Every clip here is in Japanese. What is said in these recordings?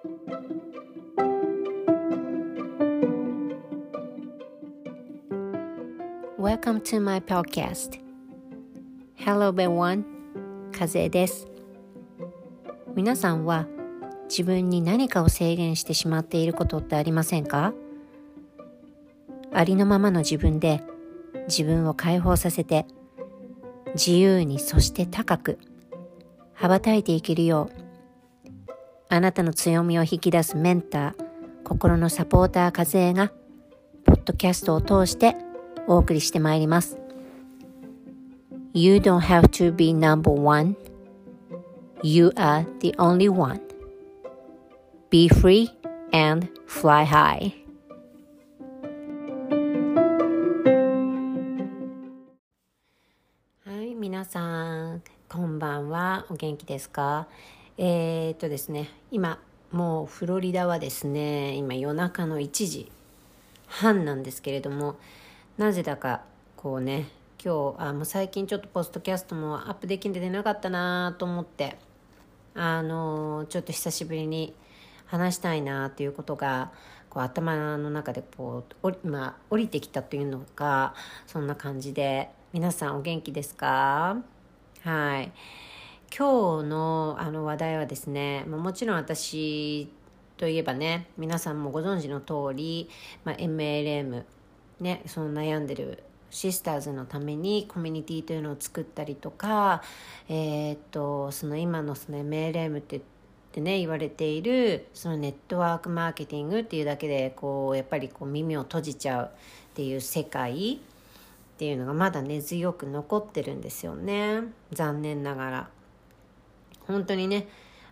Welcome to my podcast. Hello everyone. 風です。皆さんは自分に何かを制限してしまっていることってありませんか？ありのままの自分で自分を解放させて、自由にそして高く羽ばたいていけるよう、あなたの強みを引き出すメンター、心のサポーター風がポッドキャストを通してお送りしてまいります。 You don't have to be number one. You are the only one. Be free and fly high. はい、皆さんこんばんは。お元気ですか？ですね、今もうフロリダはですね、今夜中の1時半なんですけれども、なぜだかこうね、今日もう最近ちょっとポストキャストもアップできてなかったなと思って、ちょっと久しぶりに話したいなということがこう頭の中でこう降りてきたというのがそんな感じで、皆さんお元気ですか？はい。今日の話題はですね、もちろん私といえばね、皆さんもご存知の通り、MLM ね、その悩んでるシスターズのためにコミュニティというのを作ったりとか、その今のその MLM ってね言われているそのネットワークマーケティングっていうだけでこうやっぱりこう耳を閉じちゃうっていう世界っていうのがまだ根強く残ってるんですよね。残念ながら本当にね、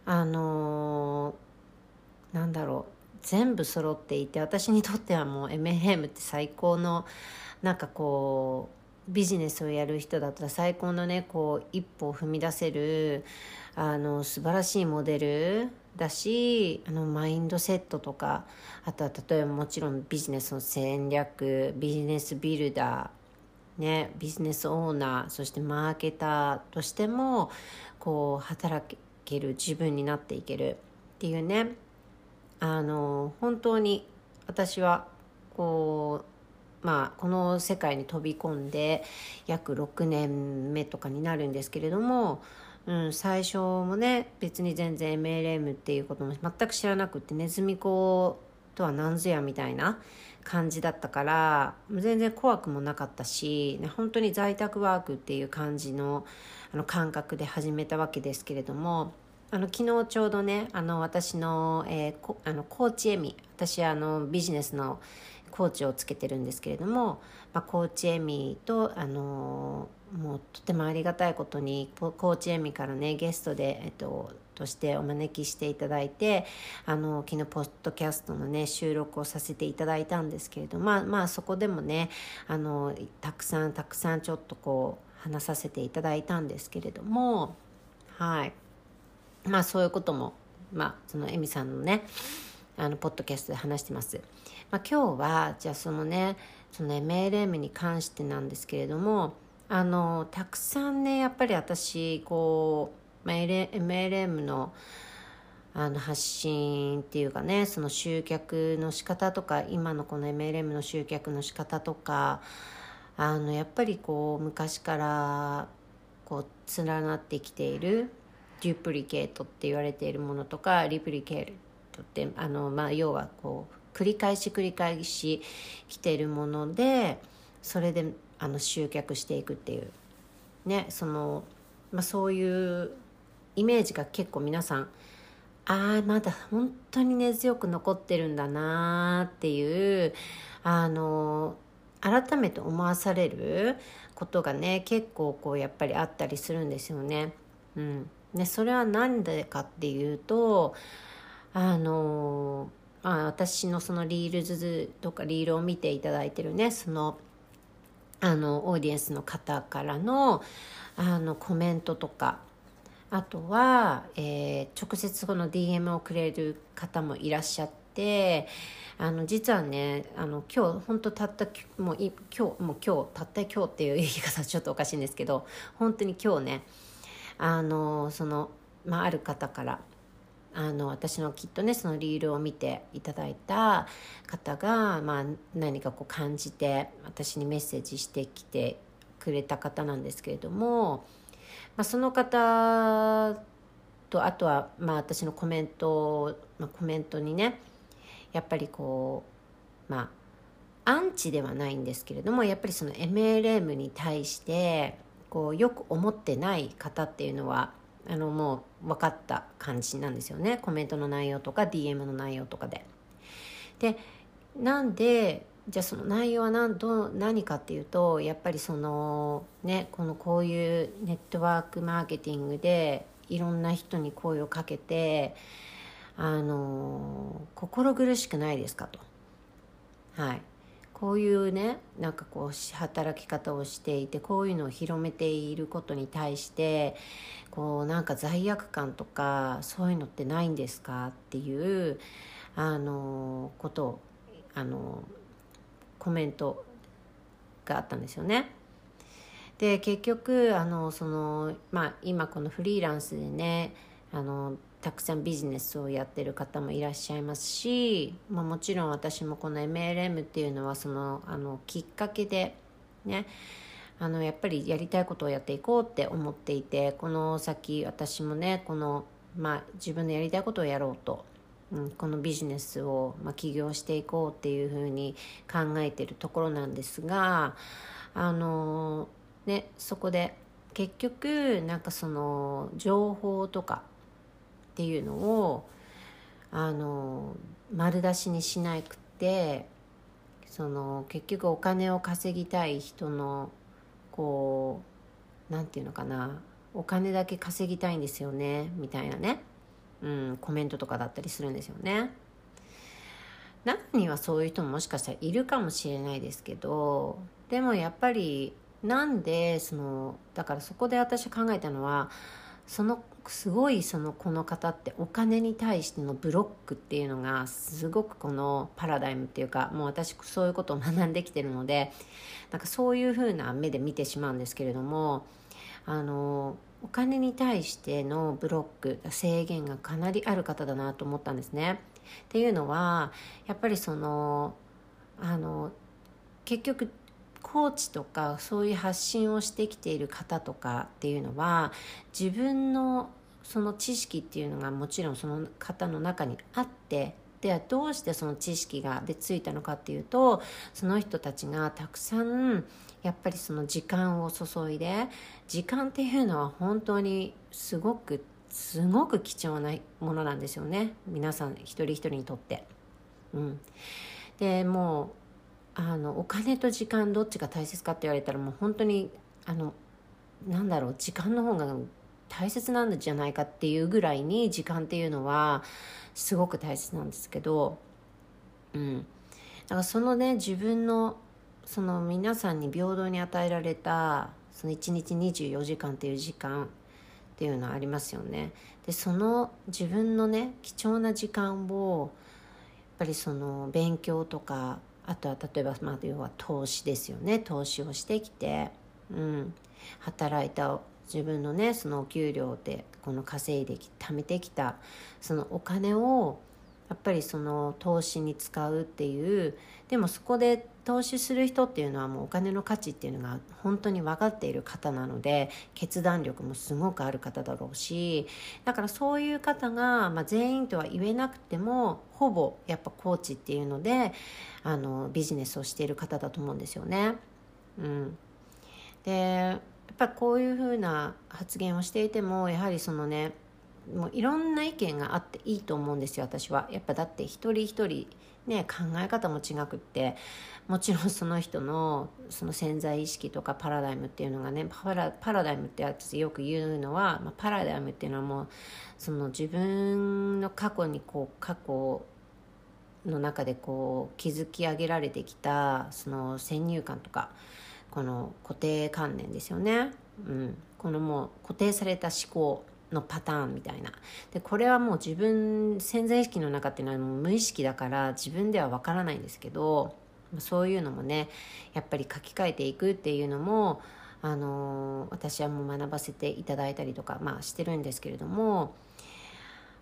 なんだろう、全部揃っていて、私にとってはもう MLM って最高のなんかこうビジネスをやる人だったら最高のねこう一歩を踏み出せる素晴らしいモデルだし、マインドセットとか、あとは例えばもちろんビジネスの戦略、ビジネスビルダーね、ビジネスオーナー、そしてマーケターとしてもこう働ける自分になっていけるっていうね、本当に私はこの世界に飛び込んで約6年目とかになるんですけれども、最初もね別に全然 MLM っていうことも全く知らなくって、ネズミ講とは何ぞやみたいな感じだったから全然怖くもなかったし、本当に在宅ワークっていう感じの感覚で始めたわけですけれども、昨日ちょうどね私の、コーチエミ、私ビジネスのコーチをつけてるんですけれども、コーチエミともうとてもありがたいことにコーチエミからねゲストで、としてお招きしていただいて、昨日ポッドキャストのね収録をさせていただいたんですけれども、そこでもねたくさんちょっとこう話させていただいたんですけれども、はい、そういうこともそのエミさんのねポッドキャストで話してます。今日はじゃあその MLM に関してなんですけれども、たくさんねやっぱり私こう、MLM の発信っていうかね、その集客の仕方とか、今のこの MLM の集客の仕方とか、やっぱりこう昔からこう連なってきているデュプリケートって言われているものとか、リプリケートって要はこう繰り返し来ているもので、それで集客していくっていうね、そういうイメージが結構皆さんまだ本当に根強く残ってるんだなっていう改めて思わされることがね結構こうやっぱりあったりするんですよね。それはなんでかっていうと私のそのリールズとかリールを見ていただいてるね、そのオーディエンスの方からのコメントとか、あとは、直接この DM をくれる方もいらっしゃって、実はね今日本当たった今日たった今日っていう言い方ちょっとおかしいんですけど、本当に今日ねある方から私のきっとねそのリールを見ていただいた方が、何かこう感じて私にメッセージしてきてくれた方なんですけれども、その方とあとは、私のコメントにねやっぱりこうアンチではないんですけれども、やっぱりその MLM に対してこうよく思ってない方っていうのはもう分かった感じなんですよね。コメントの内容とか DM の内容とかで。で、なんでじゃあその内容は何かっていうと、やっぱりそのねこういうネットワークマーケティングでいろんな人に声をかけて心苦しくないですかと。はい、こういうねこう働き方をしていて、こういうのを広めていることに対してこう罪悪感とかそういうのってないんですかっていうことをコメントがあったんですよね。で結局今このフリーランスでねたくさんビジネスをやってる方もいらっしゃいますし、もちろん私もこの MLM っていうのはきっかけでねやっぱりやりたいことをやっていこうって思っていて、この先私もね自分のやりたいことをやろうと、このビジネスを起業していこうっていうふうに考えているところなんですが、そこで結局その情報とかっていうのを丸出しにしなくて、結局お金を稼ぎたい人のこうなんていうのかな、お金だけ稼ぎたいんですよねみたいなね、コメントとかだったりするんですよね。中にはそういう人ももしかしたらいるかもしれないですけど、でもやっぱりだからそこで私考えたのは、すごいこの方ってお金に対してのブロックっていうのがすごくこのパラダイムっていうか、もう私そういうことを学んできてるのでそういう風な目で見てしまうんですけれども、お金に対してのブロック制限がかなりある方だなと思ったんですね。っていうのはやっぱり結局コーチとかそういう発信をしてきている方とかっていうのは、自分のその知識っていうのがもちろんその方の中にあって、ではどうしてその知識がついたのかっていうと、その人たちがたくさんやっぱりその時間を注いで、時間っていうのは本当にすごく貴重なものなんですよね、皆さん一人一人にとって。でもうお金と時間どっちが大切かって言われたら、もう本当に時間の方が大切なんじゃないかっていうぐらいに時間っていうのはすごく大切なんですけど、だからそのね自分の皆さんに平等に与えられたその1日24時間っていう時間っていうのはありますよね。でその自分のね貴重な時間をやっぱり勉強とか、あとは例えば要は投資ですよね。投資をしてきて、働いた自分のねそのお給料で稼いで貯めてきたそのお金をやっぱり投資に使うっていう、でもそこで投資する人っていうのはもうお金の価値っていうのが本当に分かっている方なので、決断力もすごくある方だろうし、だからそういう方が、全員とは言えなくてもほぼやっぱコーチっていうのでビジネスをしている方だと思うんですよね。でやっぱりこういうふうな発言をしていても、やはりもういろんな意見があっていいと思うんですよ、私は。やっぱだって一人一人ね考え方も違くって、もちろんその人のその潜在意識とかパラダイムっていうのがね、パラダイムって私よく言うのは、パラダイムっていうのはもう自分の過去の中で築き上げられてきたその先入観とか、この固定観念ですよね。このもう固定された思考のパターンみたいな。でこれはもう潜在意識の中っていうのはもう無意識だから自分ではわからないんですけど、そういうのもねやっぱり書き換えていくっていうのも私はもう学ばせていただいたりとか、してるんですけれども、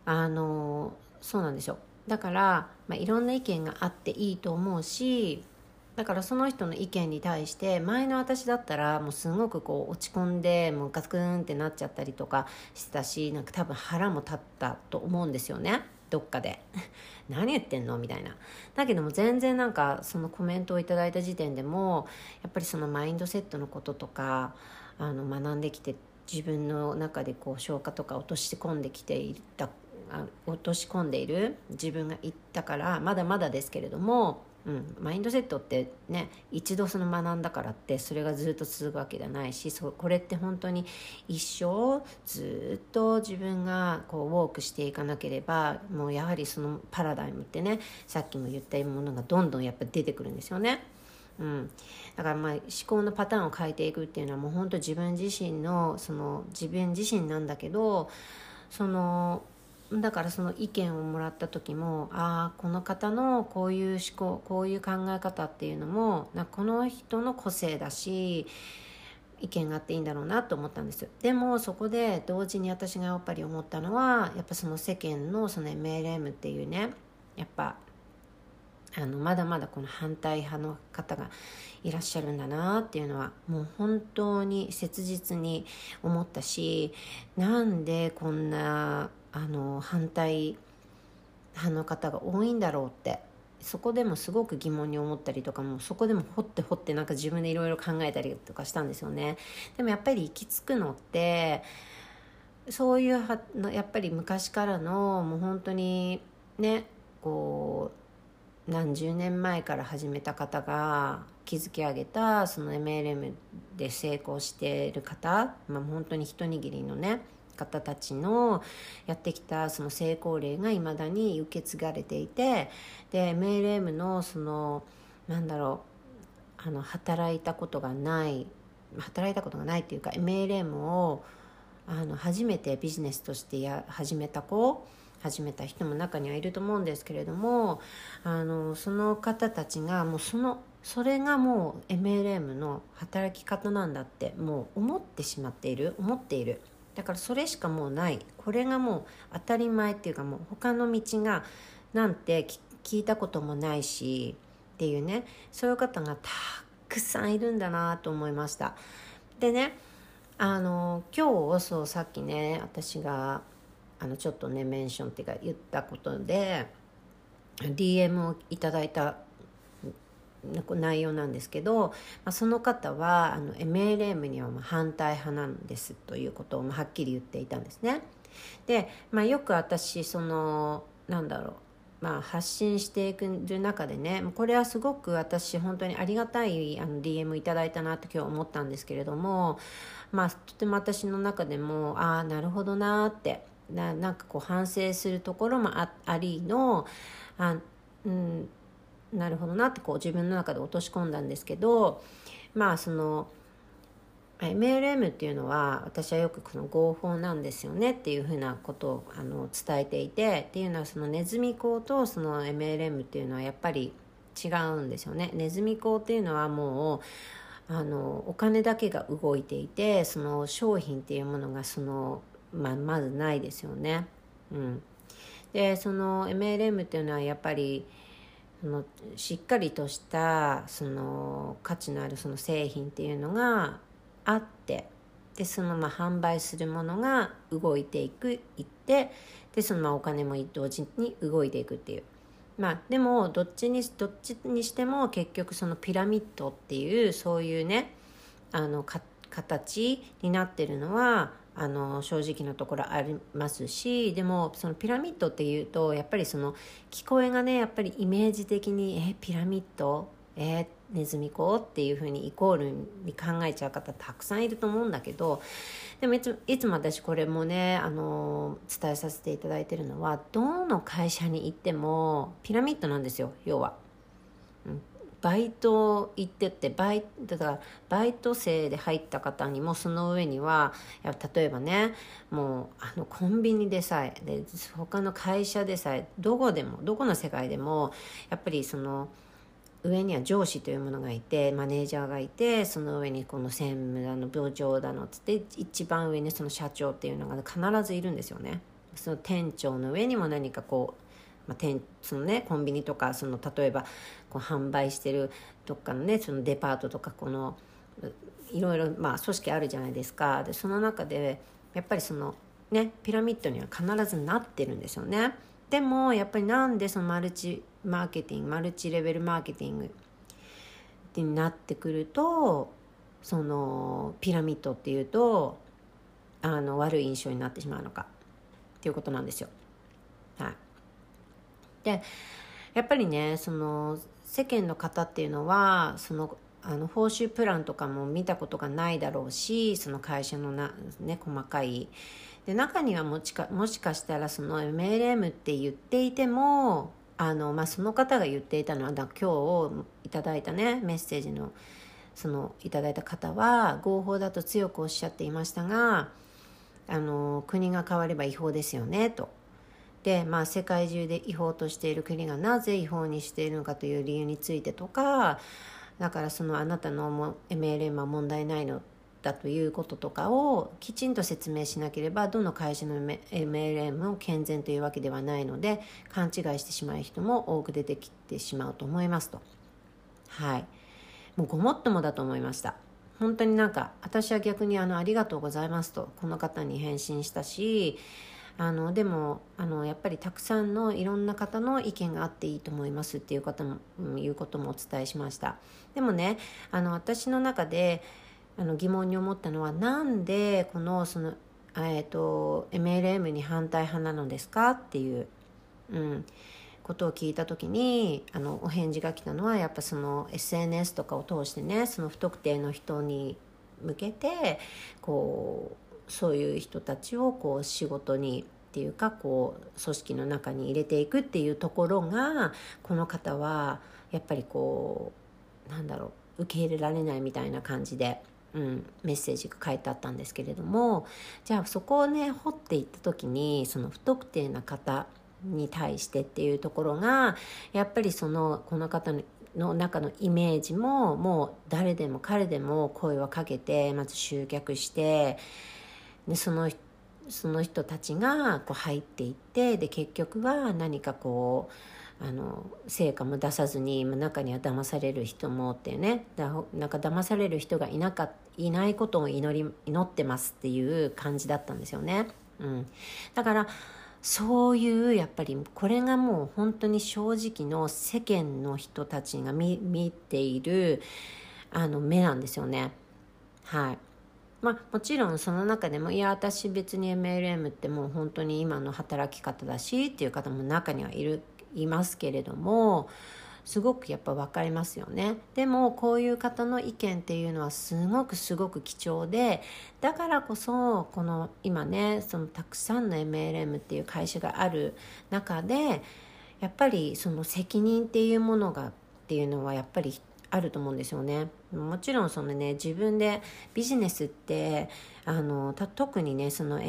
そうなんですよ。だから、いろんな意見があっていいと思うし、だからその人の意見に対して前の私だったらもうすごくこう落ち込んでもうガツクンってなっちゃったりとかしてたし、なんか多分腹も立ったと思うんですよね、どっかで何言ってんのみたいな。だけども全然なんかそのコメントをいただいた時点でもやっぱりそのマインドセットのこととか学んできて、自分の中でこう消化とか落とし込んできていた落とし込んでいる自分がいったから、まだまだですけれども、マインドセットってね、一度その学んだからってそれがずっと続くわけじゃないし、これって本当に一生ずっと自分がこうウォークしていかなければ、もうやはりそのパラダイムってね、さっきも言ったものがどんどんやっぱ出てくるんですよね。だから思考のパターンを変えていくっていうのはもう本当自分自身の自分自身なんだけど、だからその意見をもらった時も、この方のこういう思考、こういう考え方っていうのもこの人の個性だし意見があっていいんだろうなと思ったんです。でもそこで同時に私がやっぱり思ったのは、やっぱその世間のその MLM っていうね、やっぱまだまだこの反対派の方がいらっしゃるんだなっていうのはもう本当に切実に思ったし、なんでこんな反対派の方が多いんだろうって、そこでもすごく疑問に思ったりとかも、そこでも掘ってなんか自分でいろいろ考えたりとかしたんですよね。でもやっぱり行き着くのってそういうやっぱり昔からのもう本当にね、こう何十年前から始めた方が築き上げたその MLM で成功している方、本当に一握りのね方たちのやってきたその成功例がいまだに受け継がれていて、で MLM の働いたことがないっていうか、 MLM を初めてビジネスとして始めた人も中にはいると思うんですけれども、その方たちがもうそれがもう MLM の働き方なんだってもう思っている。だからそれしかもうない、これがもう当たり前っていうか、もう他の道がなんて聞いたこともないしっていうね、そういう方がたくさんいるんだなと思いました。でね、今日さっきね私がちょっとねメンションっていうか言ったことで DM をいただいた内容なんですけど、その方はMLM には反対派なんですということをはっきり言っていたんですね。で、よく私発信していく中でね、これはすごく私本当にありがたいDM いただいたなって今日思ったんですけれども、とても私の中でもなるほどなってなんかこう反省するところもありのなるほどなってこう自分の中で落とし込んだんですけど、MLM っていうのは私はよくこの合法なんですよねっていうふうなことを伝えていて、っていうのはそのネズミ講とその MLM っていうのはやっぱり違うんですよね。ネズミ講っていうのはもうお金だけが動いていて、その商品っていうものがまずないですよね。でその MLM っていうのはやっぱりしっかりとした価値のあるその製品っていうのがあって、で販売するものが動いていってでお金も同時に動いていくっていう、でもどっちにしても結局そのピラミッドっていうそういうね形になってるのは正直なところありますし、でもそのピラミッドっていうとやっぱりその聞こえがねやっぱりイメージ的にピラミッドネズミ講っていう風にイコールに考えちゃう方たくさんいると思うんだけど、でもいつも私これもね伝えさせていただいてるのは、どの会社に行ってもピラミッドなんですよ。要はバイト行ってってバイト生で入った方にもその上には例えばね、もうコンビニでさえで他の会社でさえどこの世界でもやっぱりその上には上司というものがいてマネージャーがいて、その上にこの専務だの部長だのつって一番上にその社長っていうのが必ずいるんですよね。 その店長の上にも何かこう、そのね、コンビニとか例えばこう販売してるどっかのねそのデパートとかいろいろ組織あるじゃないですか。でその中でやっぱりピラミッドには必ずなってるんですよね。でもやっぱりなんでそのマルチレベルマーケティングになってくるとそのピラミッドっていうと悪い印象になってしまうのかっていうことなんですよ。はい。でやっぱりね世間の方っていうのは報酬プランとかも見たことがないだろうし、その会社の細かいで中にはもしかしたらその MLM って言っていてもその方が言っていたのは今日いただいたねメッセージのいただいた方は合法だと強くおっしゃっていましたが、国が変われば違法ですよねと。で世界中で違法としている国がなぜ違法にしているのかという理由についてとか、だからあなたのMLM は問題ないのだということとかをきちんと説明しなければ、どの会社の MLM も健全というわけではないので勘違いしてしまう人も多く出てきてしまうと思いますと。はい、もうごもっともだと思いました。本当に私は逆にありがとうございますとこの方に返信したし、でもやっぱりたくさんのいろんな方の意見があっていいと思いますっていうこともお伝えしました。でもね私の中で疑問に思ったのは、なんでMLM に反対派なのですかっていう、ことを聞いた時にお返事が来たのは、やっぱSNS とかを通してね不特定の人に向けてそういう人たちを仕事にっていうか組織の中に入れていくっていうところが、この方はやっぱり受け入れられないみたいな感じで、メッセージが書いてあったんですけれども、じゃあそこをね掘っていった時に不特定な方に対してっていうところがやっぱりこの方の中のイメージももう誰でも彼でも声をかけてまず集客してでその人たちが入っていって、で結局は何か成果も出さずに中には騙される人もっていうね、騙される人がいないことを祈ってますっていう感じだったんですよね。だからそういうやっぱりこれがもう本当に正直の世間の人たちが見ている目なんですよね。はい。もちろんその中でも私別に MLM ってもう本当に今の働き方だしっていう方も中にはいますけれども、すごくやっぱ分かりますよね。でもこういう方の意見っていうのはすごく貴重で、だからこそこの今ねたくさんの MLM っていう会社がある中でやっぱり責任っていうものがっていうのはやっぱりあると思うんですよね。もちろん自分でビジネスって特にね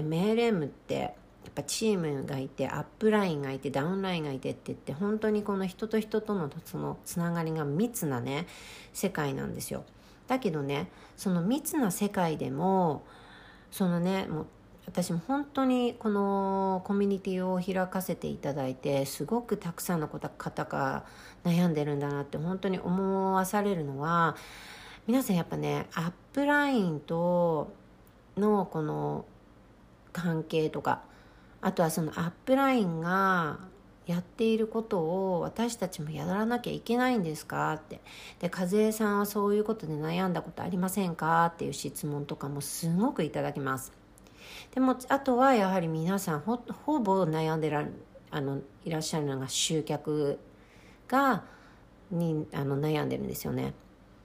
MLM ってやっぱチームがいてアップラインがいてダウンラインがいてって言って本当にこの人と人とのつながりが密なね世界なんですよ。だけどね密な世界でももう私も本当にこのコミュニティを開かせていただいてすごくたくさんの方が悩んでるんだなって本当に思わされるのは、皆さんやっぱねアップラインとのこの関係とか、あとはアップラインがやっていることを私たちもやらなきゃいけないんですかって、で和江さんはそういうことで悩んだことありませんかっていう質問とかもすごくいただきます。でもあとはやはり皆さんほぼ悩んでいらっしゃるのが集客に悩んでるんですよね。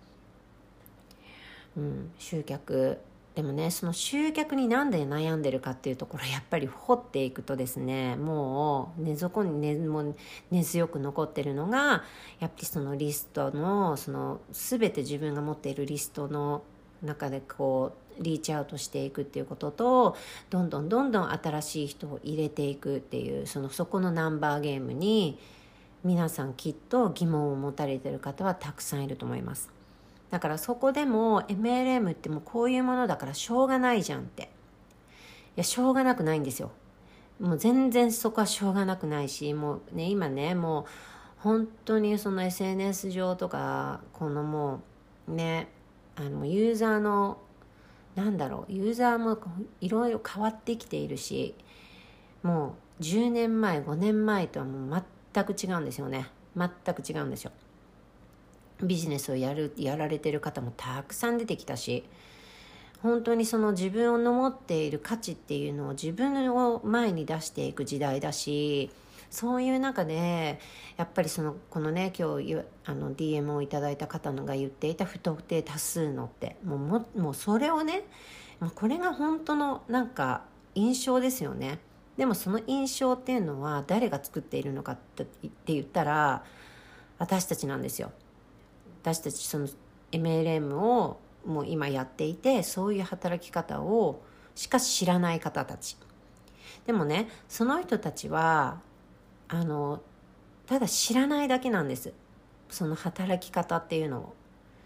集客でもね集客になんで悩んでるかっていうところやっぱり掘っていくとですね、もう根底にもう根強く残ってるのがやっぱりリストの全て自分が持っているリストの中でリーチアウトしていくっていうことと、どんどん新しい人を入れていくっていうそこのナンバーゲームに皆さんきっと疑問を持たれている方はたくさんいると思います。だからそこでも MLM ってもうこういうものだからしょうがないじゃんって、いやしょうがなくないんですよ。 もう全然そこはしょうがなくないし、もうね今ねもう本当にその SNS 上とかこのもうねユーザーのユーザーもいろいろ変わってきているし、もう10年前5年前とはもう全く違うんですよね。全く違うんですよ。ビジネスをやられてる方もたくさん出てきたし、本当にその自分の持っている価値っていうのを自分を前に出していく時代だし、そういう中でやっぱりこのね今日DM をいただいた方のが言っていた不特定多数のってもうそれをね、これが本当のなんか印象ですよね。でもその印象っていうのは誰が作っているのかって言ったら私たちなんですよ。私たちその MLM をもう今やっていて、そういう働き方をしか知らない方たちでもね、その人たちはただ知らないだけなんです。その働き方っていうのを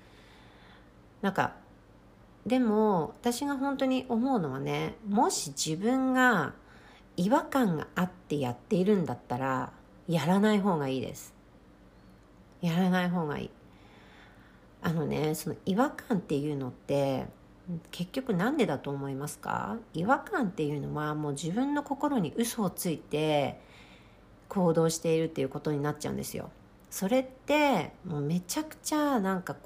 でも私が本当に思うのはね、もし自分が違和感があってやっているんだったらやらない方がいいです。やらない方がいい。その違和感っていうのって結局なんでだと思いますか？違和感っていうのはもう自分の心に嘘をついて行動しているっていうことになっちゃうんですよ。それってもうめちゃくちゃ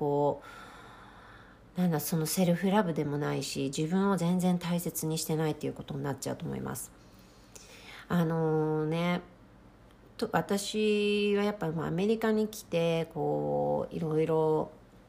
そのセルフラブでもないし、自分を全然大切にしてないっていうことになっちゃうと思います。私はやっぱアメリカに来ていろいろ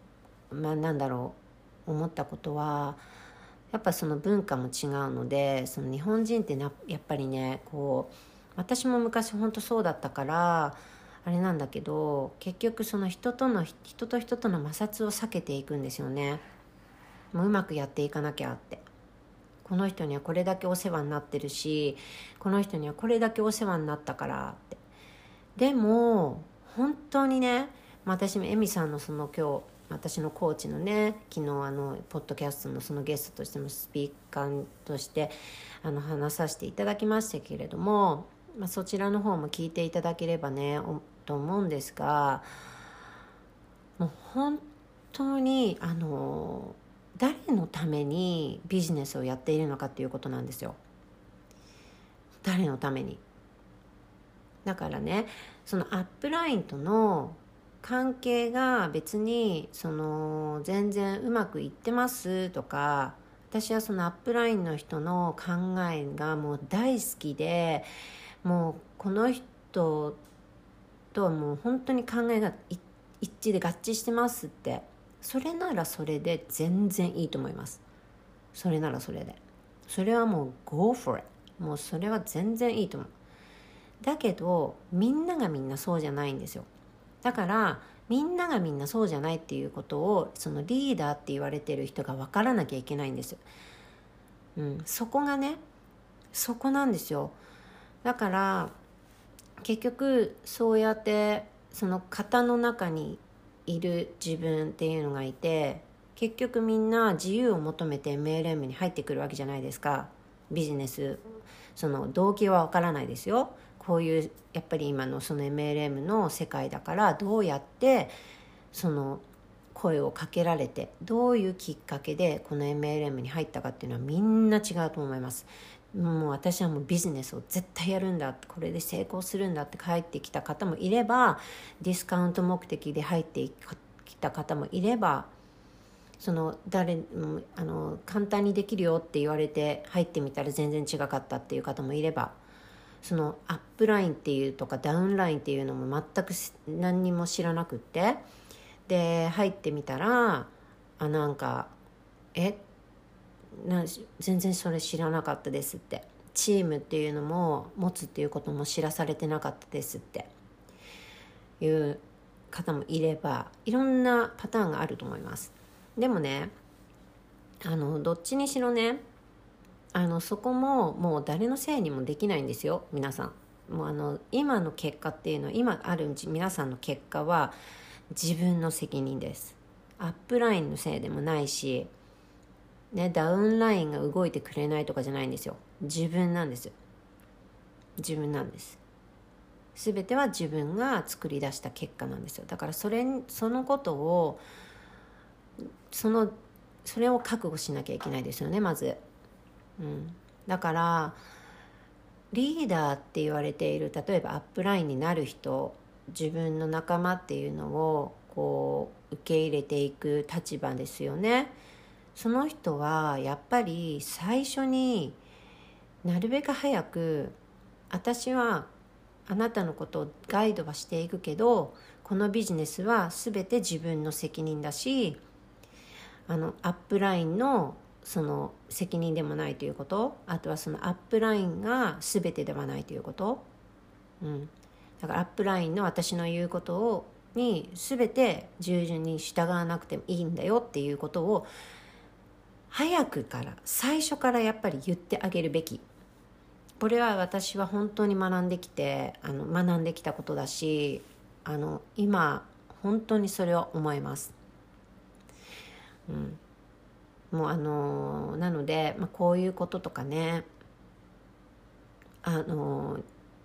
思ったことは、やっぱその文化も違うので、その日本人ってやっぱりね私も昔本当そうだったからあれなんだけど、結局その人と人との摩擦を避けていくんですよね。もううまくやっていかなきゃって、この人にはこれだけお世話になってるし、この人にはこれだけお世話になったからって。でも本当にね、私もエミさんの今日私のコーチのね、昨日ポッドキャストのそのゲストとしてもスピーカーとして話させていただきましたけれども、そちらの方も聞いていただければねと思うんですが、もう本当に誰のためにビジネスをやっているのかっていうことなんですよ。誰のために。だからね、そのアップラインとの関係が別に全然うまくいってますとか、私はそのアップラインの人の考えがもう大好きで、もうこの人とはもう本当に考えが一致で合致してますって、それならそれで全然いいと思います。それならそれで、それはもう go for it、 もうそれは全然いいと思う。だけどみんながみんなそうじゃないんですよ。だからみんながみんなそうじゃないっていうことをそのリーダーって言われてる人が分からなきゃいけないんですよ。そこがね、そこなんですよ。だから結局そうやってその型の中にいる自分っていうのがいて、結局みんな自由を求めて MLM に入ってくるわけじゃないですか。ビジネスその動機は分からないですよ。こういうやっぱり今のその MLM の世界だから、どうやってその声をかけられて、どういうきっかけでこの MLM に入ったかっていうのはみんな違うと思います。もう私はもうビジネスを絶対やるんだ、これで成功するんだって帰ってきた方もいれば、ディスカウント目的で入ってきた方もいれば、簡単にできるよって言われて入ってみたら全然違かったっていう方もいれば、そのアップラインっていうとかダウンラインっていうのも全く何にも知らなくって、で入ってみたら全然それ知らなかったですって、チームっていうのも持つっていうことも知らされてなかったですっていう方もいれば、いろんなパターンがあると思います。でもね、どっちにしろね、そこももう誰のせいにもできないんですよ、皆さん。もう今の結果っていうのは、今ある皆さんの結果は自分の責任です。アップラインのせいでもないし、ダウンラインが動いてくれないとかじゃないんですよ。自分なんですよ。 自分なんです。全ては自分が作り出した結果なんですよ。だからそのことをそれを覚悟しなきゃいけないですよね、まず。だからリーダーって言われている、例えばアップラインになる人、自分の仲間っていうのをこう受け入れていく立場ですよね。その人はやっぱり最初になるべく早く、私はあなたのことをガイドはしていくけど、このビジネスは全て自分の責任だし、アップラインのその責任でもないということ、あとはそのアップラインが全てではないということ、だからアップラインの私の言うことに全て従順に従わなくてもいいんだよっていうことを早くから最初からやっぱり言ってあげるべき。これは私は本当に学んできたことだし、今本当にそれは思います。もうなので、こういうこととかね、明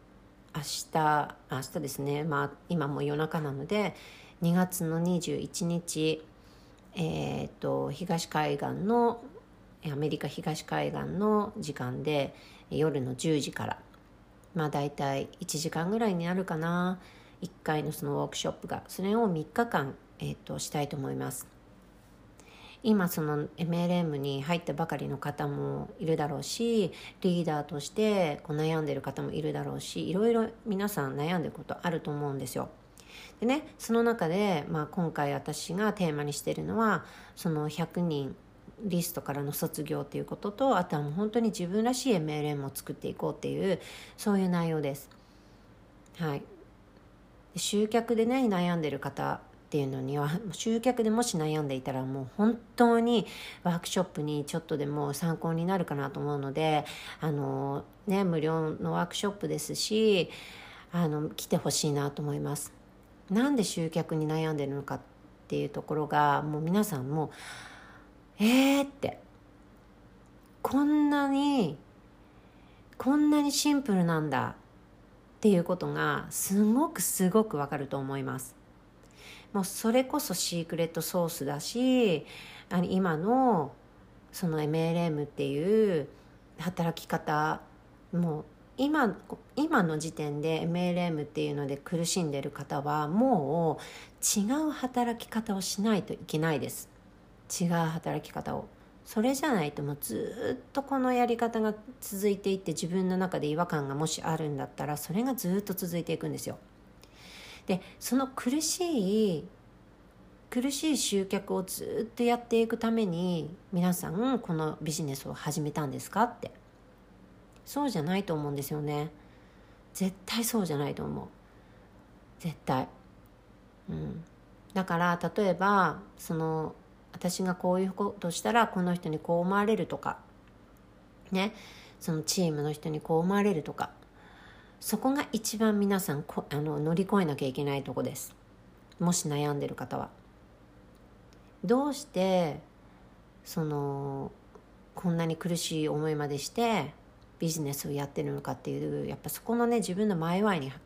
日ですね、今もう夜中なので2月の21日、東海岸のアメリカ東海岸の時間で夜の10時からだいたい1時間ぐらいになるかな、1回のそのウォークショップが、それを3日間、したいと思います。今その MLM に入ったばかりの方もいるだろうし、リーダーとして悩んでる方もいるだろうし、いろいろ皆さん悩んでることあると思うんですよ。でね、その中で、今回私がテーマにしているのは、その100人リストからの卒業ということと、あとはもう本当に自分らしい MLM を作っていこうっていう、そういう内容です。はい。集客でね悩んでる方っていうのには、集客でもし悩んでいたらもう本当にワークショップにちょっとでも参考になるかなと思うので、無料のワークショップですし、来てほしいなと思います。なんで集客に悩んでるのかっていうところが、もう皆さんもってこんなにシンプルなんだっていうことがすごくわかると思います。もうそれこそシークレットソースだし、今のその MLM っていう働き方、もう今の時点で MLM っていうので苦しんでる方はもう違う働き方をしないといけないです。違う働き方を。それじゃないともうずっとこのやり方が続いていって、自分の中で違和感がもしあるんだったらそれがずっと続いていくんですよ。でその苦しい集客をずっとやっていくために皆さんこのビジネスを始めたんですかって、そうじゃないと思うんですよね。絶対そうじゃないと思う。絶対。だから例えば私がこういうことしたらこの人にこう思われるとかね、そのチームの人にこう思われるとか、そこが一番皆さん乗り越えなきゃいけないとこです。もし悩んでる方はどうしてこんなに苦しい思いまでしてビジネスをやってるのかっていう、やっぱそこのね自分のマイワイに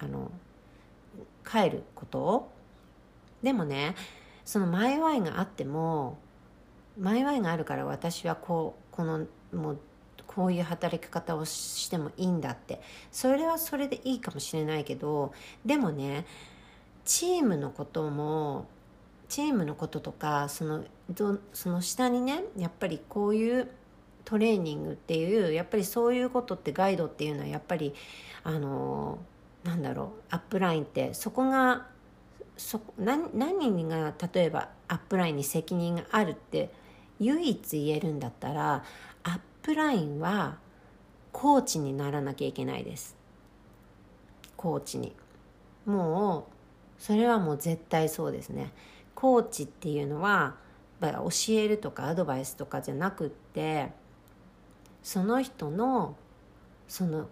帰ることを。でもね、そのマイワイがあっても、マイワイがあるから私はもうこういう働き方をしてもいいんだって、それはそれでいいかもしれないけど、でもねチームのこととかその下にね、やっぱりこういうトレーニングっていう、やっぱりそういうことって、ガイドっていうのはやっぱりアップラインってそこが何が例えばアップラインに責任があるって唯一言えるんだったら、アップラインはコーチにならなきゃいけないです。コーチに。もうそれはもう絶対そうですね。コーチっていうのは教えるとかアドバイスとかじゃなくって、その人のその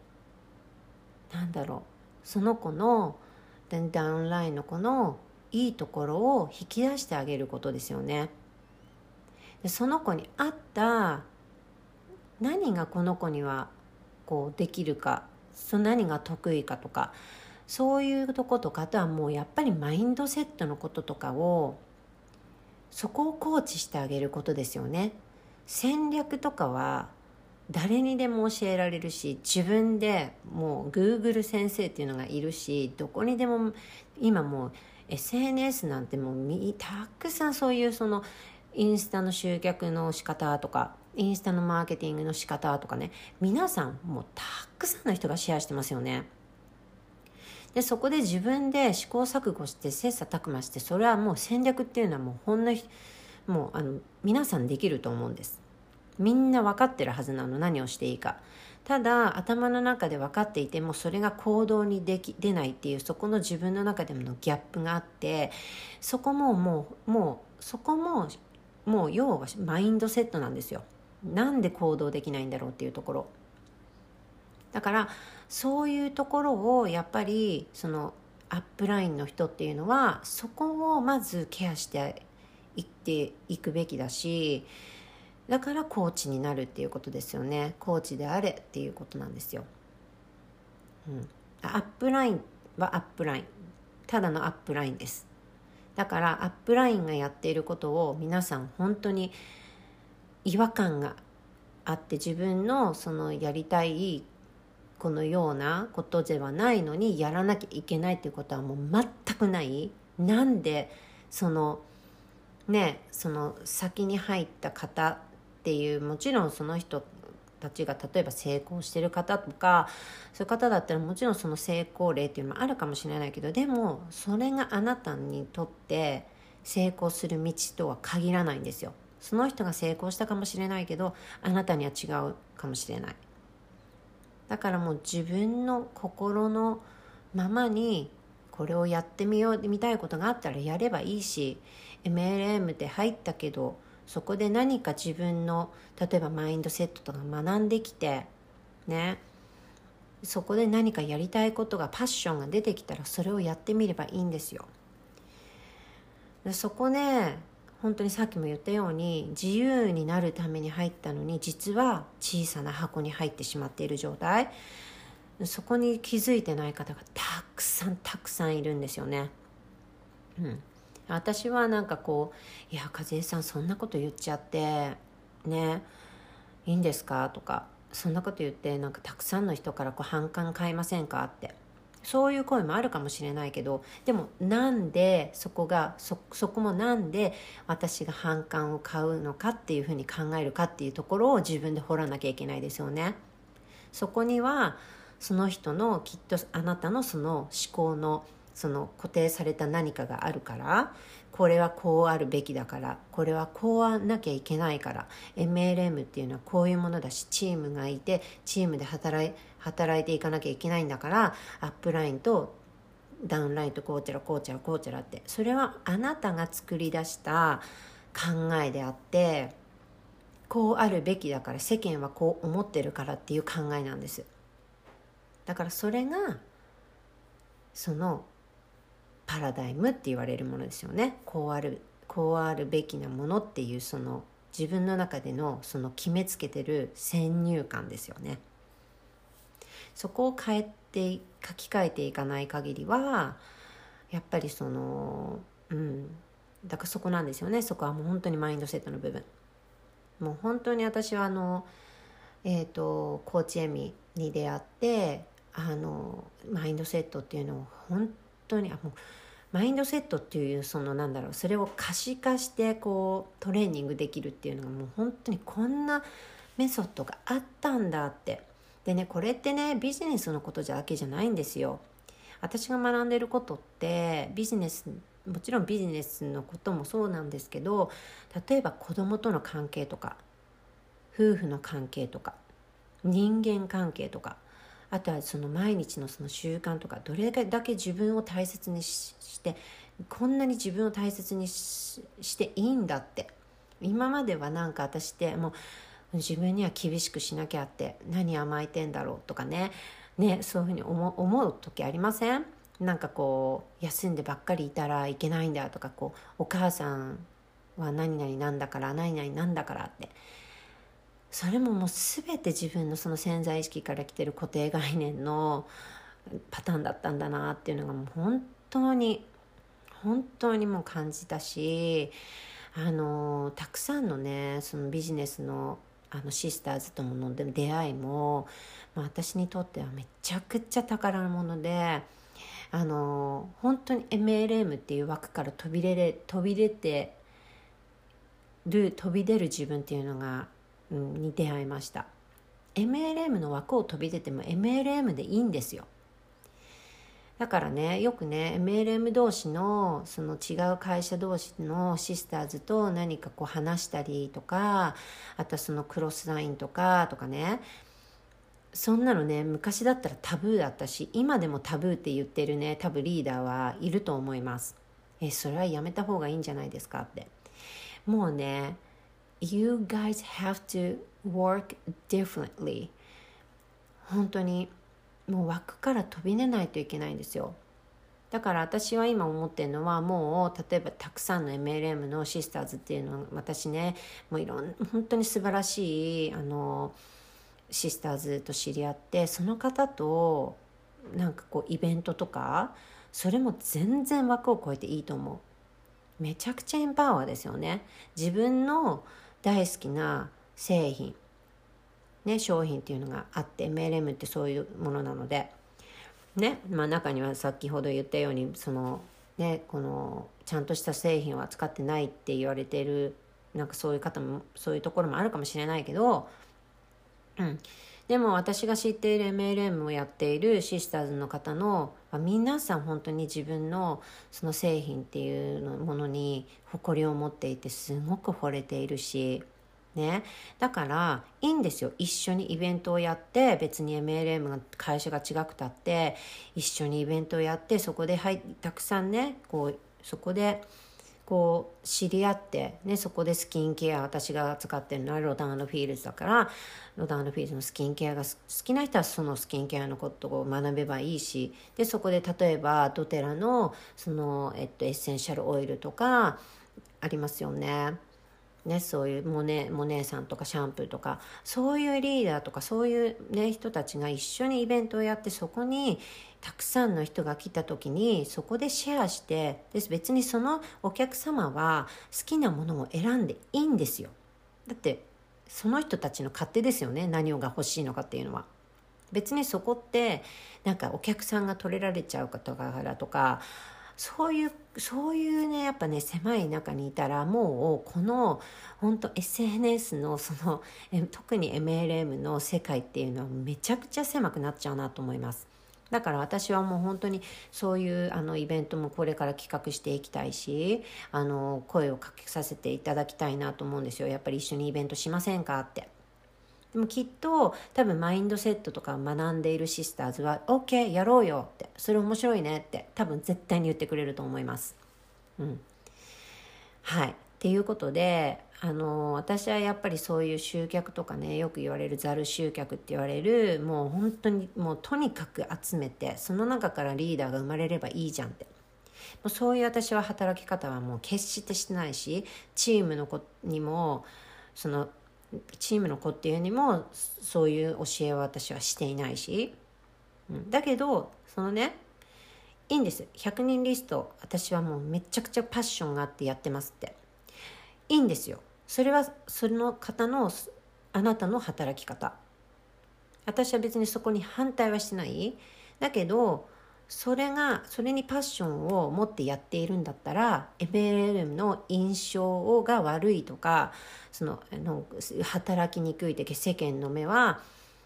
子のダウンラインの子のいいところを引き出してあげることですよね。でその子に合った何がこの子にはこうできるか、 何が得意かとか、そういうとことか、あとはもうやっぱりマインドセットのこととかを、そこをコーチしてあげることですよね。戦略とかは誰にでも教えられるし、自分でもう Google 先生っていうのがいるし、どこにでも今もう SNS なんてもうたくさんそういうそのインスタの集客の仕方とか、インスタのマーケティングの仕方とかね、皆さんもうたくさんの人がシェアしてますよね。でそこで自分で試行錯誤して切磋琢磨して、それはもう戦略っていうのはもうもう皆さんできると思うんです。みんな分かってるはずなの、何をしていいか。ただ頭の中で分かっていてもそれが行動に出ないっていう、そこの自分の中でのギャップがあって、そこもそこもう要はマインドセットなんですよ。なんで行動できないんだろうっていうところだから、そういうところをやっぱりそのアップラインの人っていうのはそこをまずケアしていっていくべきだし、だからコーチになるっていうことですよね。コーチであれっていうことなんですよ。アップラインはアップライン、ただのアップラインです。だからアップラインがやっていることを皆さん本当に違和感があって、自分のそのやりたいこのようなことではないのにやらなきゃいけないっていうことはもう全くない。なんでその先に入った方っていう、もちろんその人たちが例えば成功してる方とか、そういう方だったらもちろんその成功例っていうのもあるかもしれないけど、でもそれがあなたにとって成功する道とは限らないんですよ。その人が成功したかもしれないけど、あなたには違うかもしれない。だからもう自分の心のままにこれをやってみようみたいことがあったらやればいいし、 MLM で入ったけどそこで何か自分の例えばマインドセットとか学んできてね、そこで何かやりたいことがパッションが出てきたらそれをやってみればいいんですよ。そこね、本当にさっきも言ったように自由になるために入ったのに、実は小さな箱に入ってしまっている状態、そこに気づいてない方がたくさんいるんですよね。私はなんかこう、いや和江さんそんなこと言っちゃってね、いいんですかとか、そんなこと言ってなんかたくさんの人から反感買いませんかって、そういう声もあるかもしれないけど、でもなんでそこもなんで私が反感を買うのかっていうふうに考えるかっていうところを自分で掘らなきゃいけないですよね。そこにはその人のきっとあなたのその思考のその固定された何かがあるから、これはこうあるべきだから、これはこうあなきゃいけないから、 MLM っていうのはこういうものだし、チームがいてチームで働いていかなきゃいけないんだから、アップラインとダウンラインとこうちゃらって、それはあなたが作り出した考えであって、こうあるべきだから、世間はこう思ってるからっていう考えなんです。だからそれがそのパラダイムって言われるものですよね。こうあるべきなものっていう、その自分の中でのその決めつけてる先入観ですよね。そこを書き換えていかない限りはやっぱりだからそこなんですよね。そこはもう本当にマインドセットの部分。もう本当に私はコーチエミに出会って、マインドセットっていうのを本当にもうマインドセットっていうそれを可視化してトレーニングできるっていうのが、もう本当にこんなメソッドがあったんだって。でね、これってねビジネスのことだけじゃないんですよ。私が学んでることってもちろんビジネスのこともそうなんですけど、例えば子供との関係とか、夫婦の関係とか、人間関係とか、あとはその毎日のその習慣とか、どれだけ自分を大切にして、こんなに自分を大切にしていいんだって。今まではなんか私ってもう自分には厳しくしなきゃって、何甘えてんだろうとかね、そういうふうに思う時ありません？なんか休んでばっかりいたらいけないんだとか、お母さんは何々なんだから、何々なんだからって、 それももう全て自分のその潜在意識から来てる固定概念のパターンだったんだなっていうのがもう本当にもう感じたし、たくさんのねそのビジネスのシスターズとの出会いも、私にとってはめちゃくちゃ宝物で、本当に MLM っていう枠から飛び出る自分っていうのが、に出会いました。 MLM の枠を飛び出ても MLM でいいんですよ。だからね、よくね MLM 同士のその違う会社同士のシスターズと何かこう話したりとか、あとはそのクロスラインとかね、そんなのね昔だったらタブーだったし、今でもタブーって言ってるね多分リーダーはいると思います。それはやめた方がいいんじゃないですかって。もうね You guys have to work differently。 本当にもう枠から飛び出ないといけないんですよ。だから私は今思ってるのは、もう例えばたくさんの MLM のシスターズっていうのは、私ねもう本当に素晴らしいシスターズと知り合って、その方となんかこうイベントとか、それも全然枠を超えていいと思う。めちゃくちゃエンパワーですよね。自分の大好きな製品ね、商品っていうのがあって、 MLM ってそういうものなのでね、中には先ほど言ったようにそのね、このちゃんとした製品を扱ってないって言われている、なんかそういう方もそういうところもあるかもしれないけど、でも私が知っている MLM をやっているシスターズの方の皆さん本当に自分のその製品っていうものに誇りを持っていて、すごく惚れているしね、だからいいんですよ。一緒にイベントをやって、別に MLM が会社が違くたって一緒にイベントをやって、そこでたくさんねこうそこでこう知り合ってね、そこでスキンケア、私が使ってるのはロダン&フィールズだから、ロダン&フィールズのスキンケアが好きな人はそのスキンケアのことを学べばいいし、でそこで例えばドテラのその、エッセンシャルオイルとかありますよね。そういうモネさんとかシャンプーとか、そういうリーダーとかそういう、人たちが一緒にイベントをやって、そこにたくさんの人が来た時にそこでシェアして、別にそのお客様は好きなものを選んでいいんですよ。だってその人たちの勝手ですよね、何が欲しいのかっていうのは。別にそこってなんかお客さんが取れられちゃうからとか、そういうね、やっぱね狭い中にいたら、もうこの本当 SNS のその特に MLM の世界っていうのはめちゃくちゃ狭くなっちゃうなと思います。だから私はもう本当にそういうイベントもこれから企画していきたいし、声をかけさせていただきたいなと思うんですよ。やっぱり一緒にイベントしませんかって。でもきっと多分マインドセットとか学んでいるシスターズは OK やろうよって、それ面白いねって多分絶対に言ってくれると思います。はい、っていうことで私はやっぱりそういう集客とかね、よく言われるザル集客って言われる、もう本当にもうとにかく集めて、その中からリーダーが生まれればいいじゃんって、もうそういう私は働き方はもう決してしてないし、チームの子にもそのチームの子っていうにもそういう教えを私はしていないし、だけどそのね、いいんです。100人リスト私はもうめちゃくちゃパッションがあってやってますって、いいんですよ。それはその方のあなたの働き方、私は別にそこに反対はしてない。だけどそれにパッションを持ってやっているんだったら、 MLM の印象が悪いとか、その働きにくいって世間の目は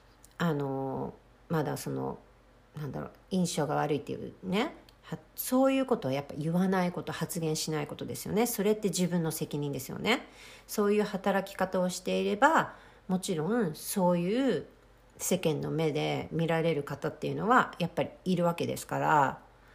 まだその印象が悪いっていうね、そういうことはやっぱ言わないこと、発言しないことですよね。それって自分の責任ですよね。そういう働き方をしていれば、もちろんそういう世間の目で見られる方っていうのはやっぱりいるわけですから、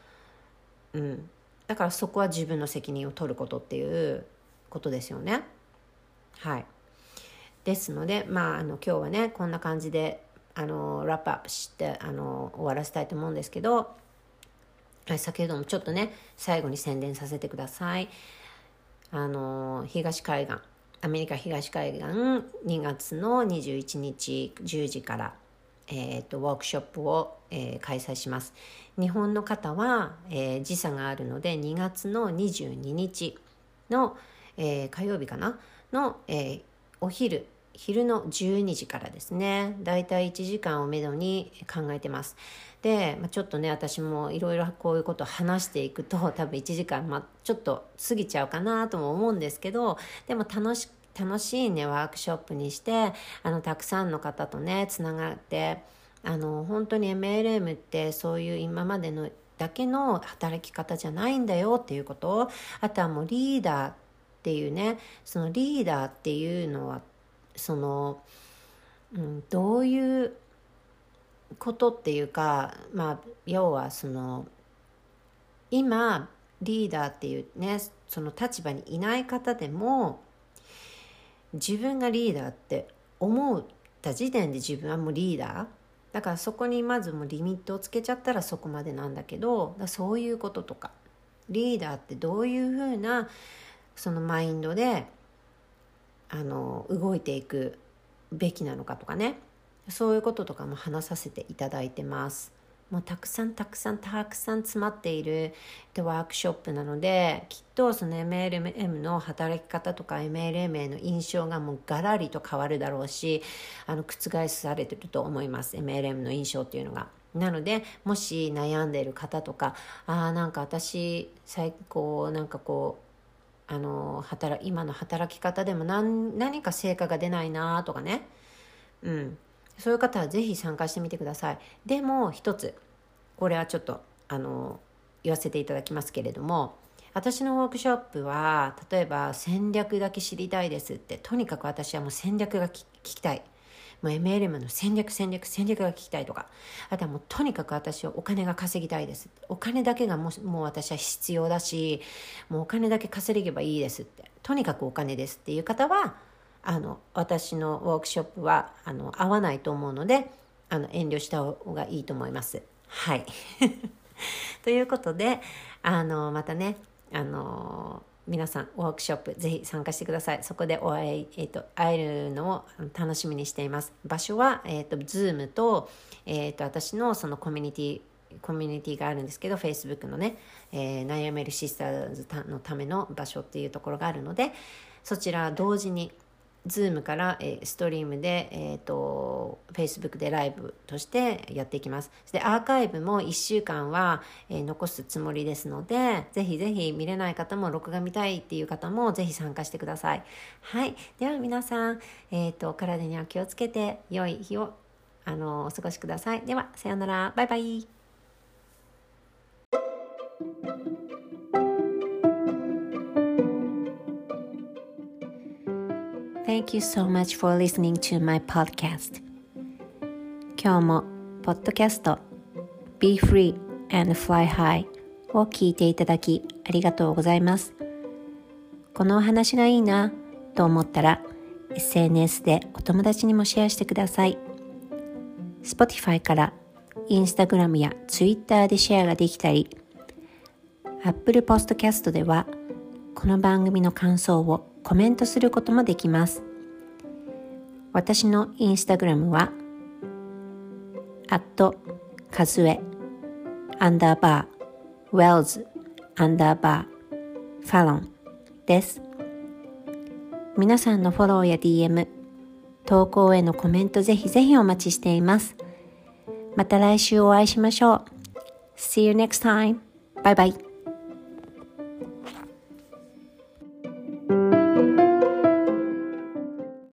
だからそこは自分の責任を取ることっていうことですよね。はい。ですので、今日はねこんな感じでラップアップして終わらせたいと思うんですけど、先ほどもちょっとね最後に宣伝させてください。東海岸アメリカ東海岸2月の21日10時から、ワークショップを、開催します。日本の方は、時差があるので2月の22日の、火曜日かなの、お昼の12時からですね。だいたい1時間をめどに考えてます。で、ちょっとね、私もいろいろこういうことを話していくと多分1時間、ちょっと過ぎちゃうかなとも思うんですけど、でも楽しいねワークショップにしてたくさんの方とねつながって本当に MLM ってそういう今までのだけの働き方じゃないんだよっていうことを、あとはもうリーダーっていうね、そのリーダーっていうのはどういうことっていうか、要は今リーダーっていうねその立場にいない方でも自分がリーダーって思った時点で自分はもうリーダーだから、そこにまずもうリミットをつけちゃったらそこまでなんだけど、そういうこととかリーダーってどういうふうなそのマインドで動いていくべきなのかとかね、そういうこととかも話させていただいてます。もうたくさん詰まっているワークショップなので、きっとその MLM の働き方とか MLM への印象がもうガラリと変わるだろうし、覆されてると思います。 MLM の印象っていうのが。なのでもし悩んでいる方とか、なんか私最高今の働き方でも何か成果が出ないなとかね、そういう方はぜひ参加してみてください。でも一つこれはちょっと言わせていただきますけれども、私のワークショップは例えば戦略だけ知りたいですって、とにかく私はもう戦略が聞きたい、もう MLM の戦略が聞きたいとか、あとはもうとにかく私はお金が稼ぎたいです、お金だけがもう私は必要だし、もうお金だけ稼げばいいですって、とにかくお金ですっていう方は私のワークショップは合わないと思うので遠慮した方がいいと思います。はいということでまたね皆さんワークショップぜひ参加してください。そこで会えるのを楽しみにしています。場所は、Zoom と、私のそのコミュニティがあるんですけど、 Facebook のね、悩めるシスターズのための場所っていうところがあるので、そちら同時にZoom から、ストリームで、Facebook でライブとしてやっていきます。でアーカイブも1週間は、残すつもりですので、ぜひぜひ見れない方も録画見たいっていう方もぜひ参加してください。はい、では皆さん、体には気をつけて良い日をお過ごしください。ではさようなら、バイバイ。Thank you so much for listening to my podcast. 今日もポッドキャスト Be Free and Fly High を聞いていただきありがとうございます。このお話がいいなと思ったら SNS でお友達にもシェアしてください。Spotify から Instagram や Twitter でシェアができたり、Apple Podcast ではこの番組の感想をコメントすることもできます。私のインスタグラムは@kazué_wells_fallon です。皆さんのフォローや DM、投稿へのコメントぜひぜひお待ちしています。また来週お会いしましょう。See you next time. Bye bye.